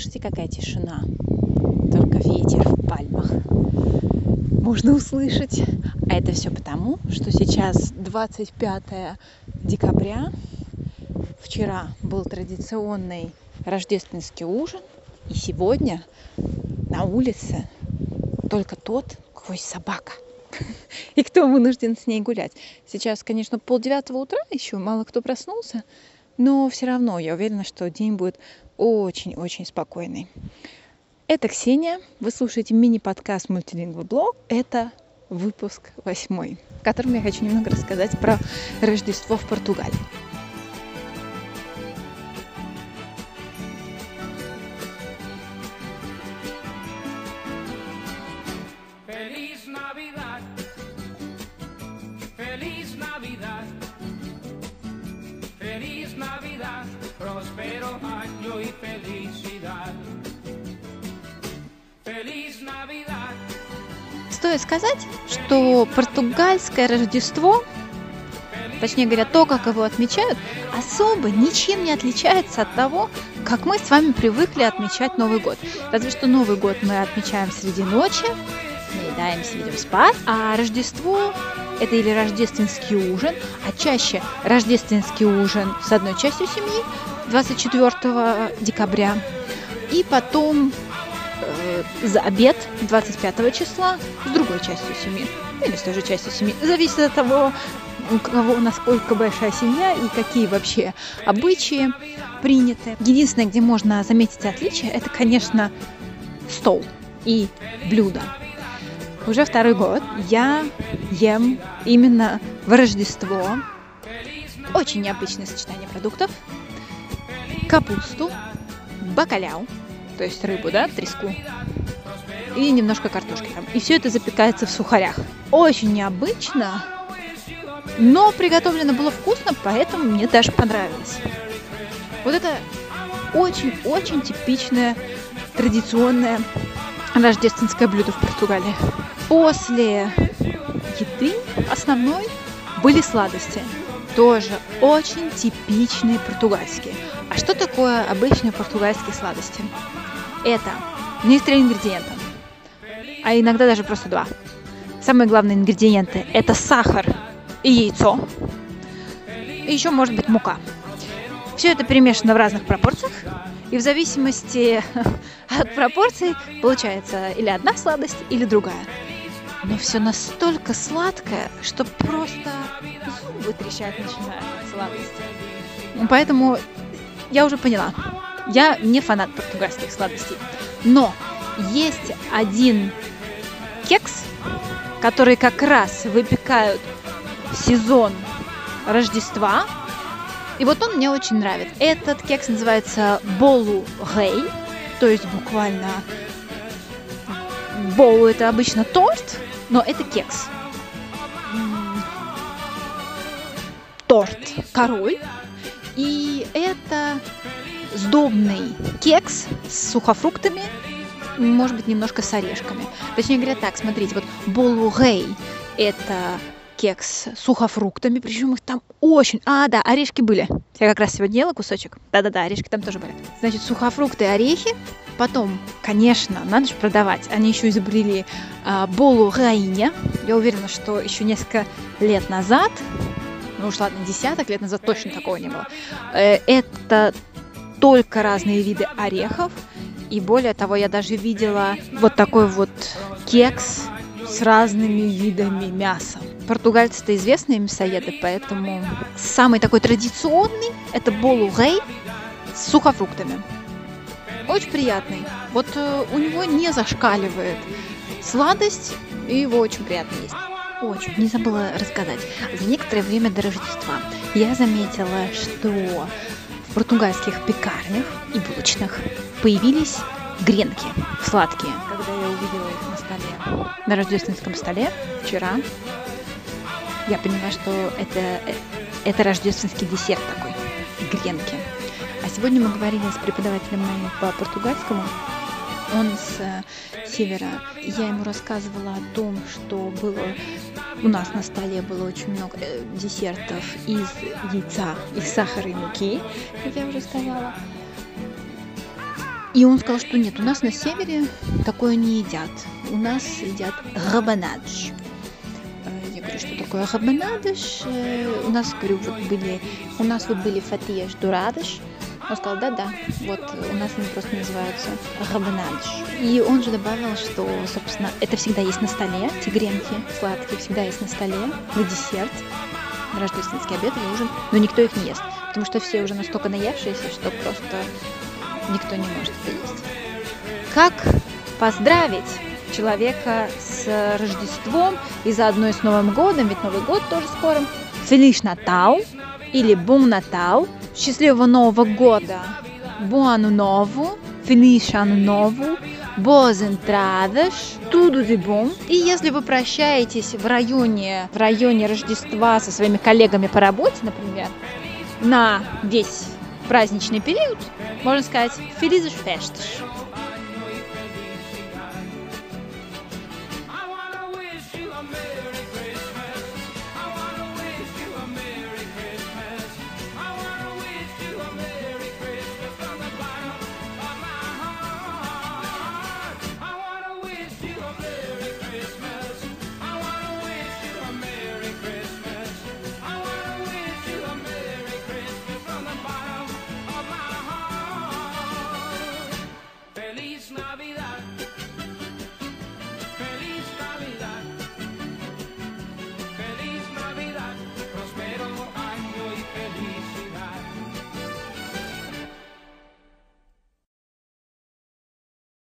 Слышите, какая тишина? Только ветер в пальмах можно услышать. А это все потому, что сейчас 25 декабря. Вчера был традиционный рождественский ужин. И сегодня на улице только тот, у кого есть собака. И кто вынужден с ней гулять. Сейчас, конечно, 8:30 утра еще, мало кто проснулся. Но все равно я уверена, что день будет очень-очень спокойный. Это Ксения. Вы слушаете мини-подкаст Multilingual Blog. Это выпуск 8, в котором я хочу немного рассказать про Рождество в Португалии. Стоит сказать, что португальское Рождество, точнее говоря, то, как его отмечают, особо ничем не отличается от того, как мы с вами привыкли отмечать Новый год. Разве что Новый год мы отмечаем среди ночи, наедаемся, идем спать, а Рождество – это или рождественский ужин, а чаще рождественский ужин с одной частью семьи 24 декабря, и потом за обед 25 числа с другой частью семьи, или с той же частью семьи. Зависит от того, у кого насколько большая семья и какие вообще обычаи приняты. Единственное, где можно заметить отличие, это, конечно, стол и блюда. Уже второй год я ем именно в Рождество очень необычное сочетание продуктов: капусту, бакаляу, то есть рыбу, да, треску, и немножко картошки там. И все это запекается в сухарях. Очень необычно, но приготовлено было вкусно, поэтому мне даже понравилось. Вот это очень-очень типичное, традиционное рождественское блюдо в Португалии. После еды основной были сладости. Тоже очень типичные португальские. А что такое обычные португальские сладости? Это не 3 ингредиента, а иногда даже просто 2. Самые главные ингредиенты – это сахар и яйцо. И еще может быть мука. Все это перемешано в разных пропорциях. И в зависимости от пропорций получается или одна сладость, или другая. Но все настолько сладкое, что просто зубы трещать начинают от сладости. Поэтому я уже поняла. Я не фанат португальских сладостей. Но есть один кекс, который как раз выпекают в сезон Рождества. И вот он мне очень нравится. Этот кекс называется болу рей, то есть буквально болу — это обычно торт, но это кекс. Торт король. И это сдобный кекс с сухофруктами, может быть, немножко с орешками. Точнее говоря, так, смотрите, вот болу рей – это кекс с сухофруктами, причем их там очень... да, орешки были. Я как раз сегодня ела кусочек. Да-да-да, орешки там тоже были. Значит, сухофрукты и орехи. Потом, конечно, надо же продавать. Они еще изобрели болу раиня. Я уверена, что еще несколько лет назад, ну уж ладно, десяток лет назад точно такого не было. Это только разные виды орехов. И более того, я даже видела вот такой вот кекс с разными видами мяса. Португальцы-то известные мясоеды, поэтому самый такой традиционный – это болу рей с сухофруктами. Очень приятный. Вот у него не зашкаливает сладость, и его очень приятно есть. Очень, не забыла рассказать. За некоторое время до Рождества я заметила, что в португальских пекарнях и булочных появились гренки сладкие. Когда я увидела их на столе, на рождественском столе вчера, я поняла, что это рождественский десерт такой, гренки. А сегодня мы говорили с преподавателем моим по португальскому. Он с севера. Я ему рассказывала о том, что было у нас на столе было очень много десертов из яйца, из сахара и муки, как я уже сказала. И он сказал, что нет, у нас на севере такое не едят. У нас едят рабанадж. Я говорю, что такое рабанадж? У нас, говорю, у нас были фатияш дурадыш. Он сказал, да, вот у нас они просто называются рабанадж. И он же добавил, что, собственно, это всегда есть на столе. Эти гренки сладкие всегда есть на столе, на десерт, на рождественский обед или ужин. Но никто их не ест, потому что все уже настолько наевшиеся, что просто никто не может это есть. Как поздравить человека с Рождеством и заодно и с Новым годом, ведь Новый год тоже скоро. Feliz Natal или Bom Natal. Счастливого Нового года. Bom Ano Novo. Feliz Ano Novo. Boas entradas. Tudo de bom. И если вы прощаетесь в районе Рождества со своими коллегами по работе, например, на весь праздничный период, можно сказать Felizes Festas.